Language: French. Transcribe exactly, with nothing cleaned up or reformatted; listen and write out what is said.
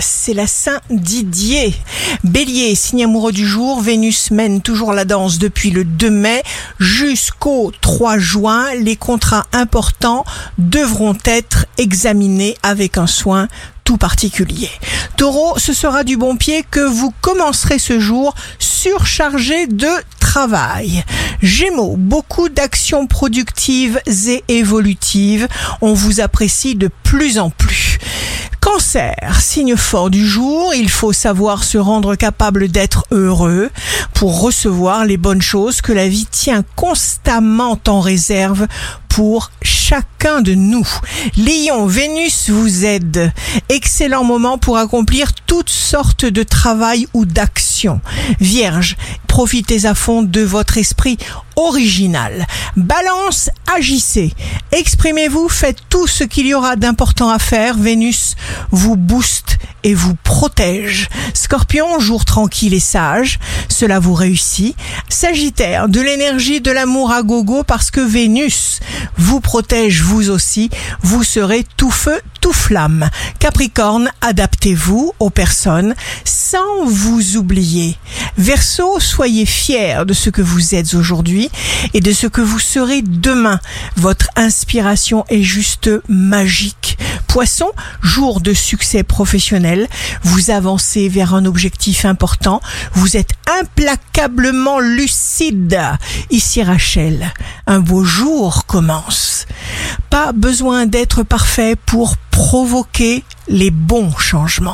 c'est la Saint-Didier. Bélier, signe amoureux du jour, Vénus mène toujours la danse depuis le deux mai jusqu'au trois juin. Les contrats importants devront être examinés avec un soin tout particulier. Taureau, ce sera du bon pied que vous commencerez ce jour surchargé de travail. Gémeaux, beaucoup d'actions productives et évolutives. On vous apprécie de plus en plus. Cancer, signe fort du jour, il faut savoir se rendre capable d'être heureux pour recevoir les bonnes choses que la vie tient constamment en réserve pour chacun de nous. Lion, Vénus vous aide. Excellent moment pour accomplir toutes sortes de travail ou d'actions. Vierge, profitez à fond de votre esprit original. Balance, agissez. Exprimez-vous, faites tout ce qu'il y aura d'important à faire. Vénus vous booste et vous protège. Scorpion, jour tranquille et sage, cela vous réussit. Sagittaire, de l'énergie, de l'amour à gogo parce que Vénus vous protège vous aussi, vous serez tout feu, tout flamme. Capricorne, adaptez-vous aux personnes sans vous oublier. Verseau, soyez fiers de ce que vous êtes aujourd'hui et de ce que vous serez demain. Votre inspiration est juste magique. Poisson, jour de succès professionnel, vous avancez vers un objectif important, vous êtes implacablement lucide. Ici Rachel, un beau jour commence. Pas besoin d'être parfait pour provoquer les bons changements.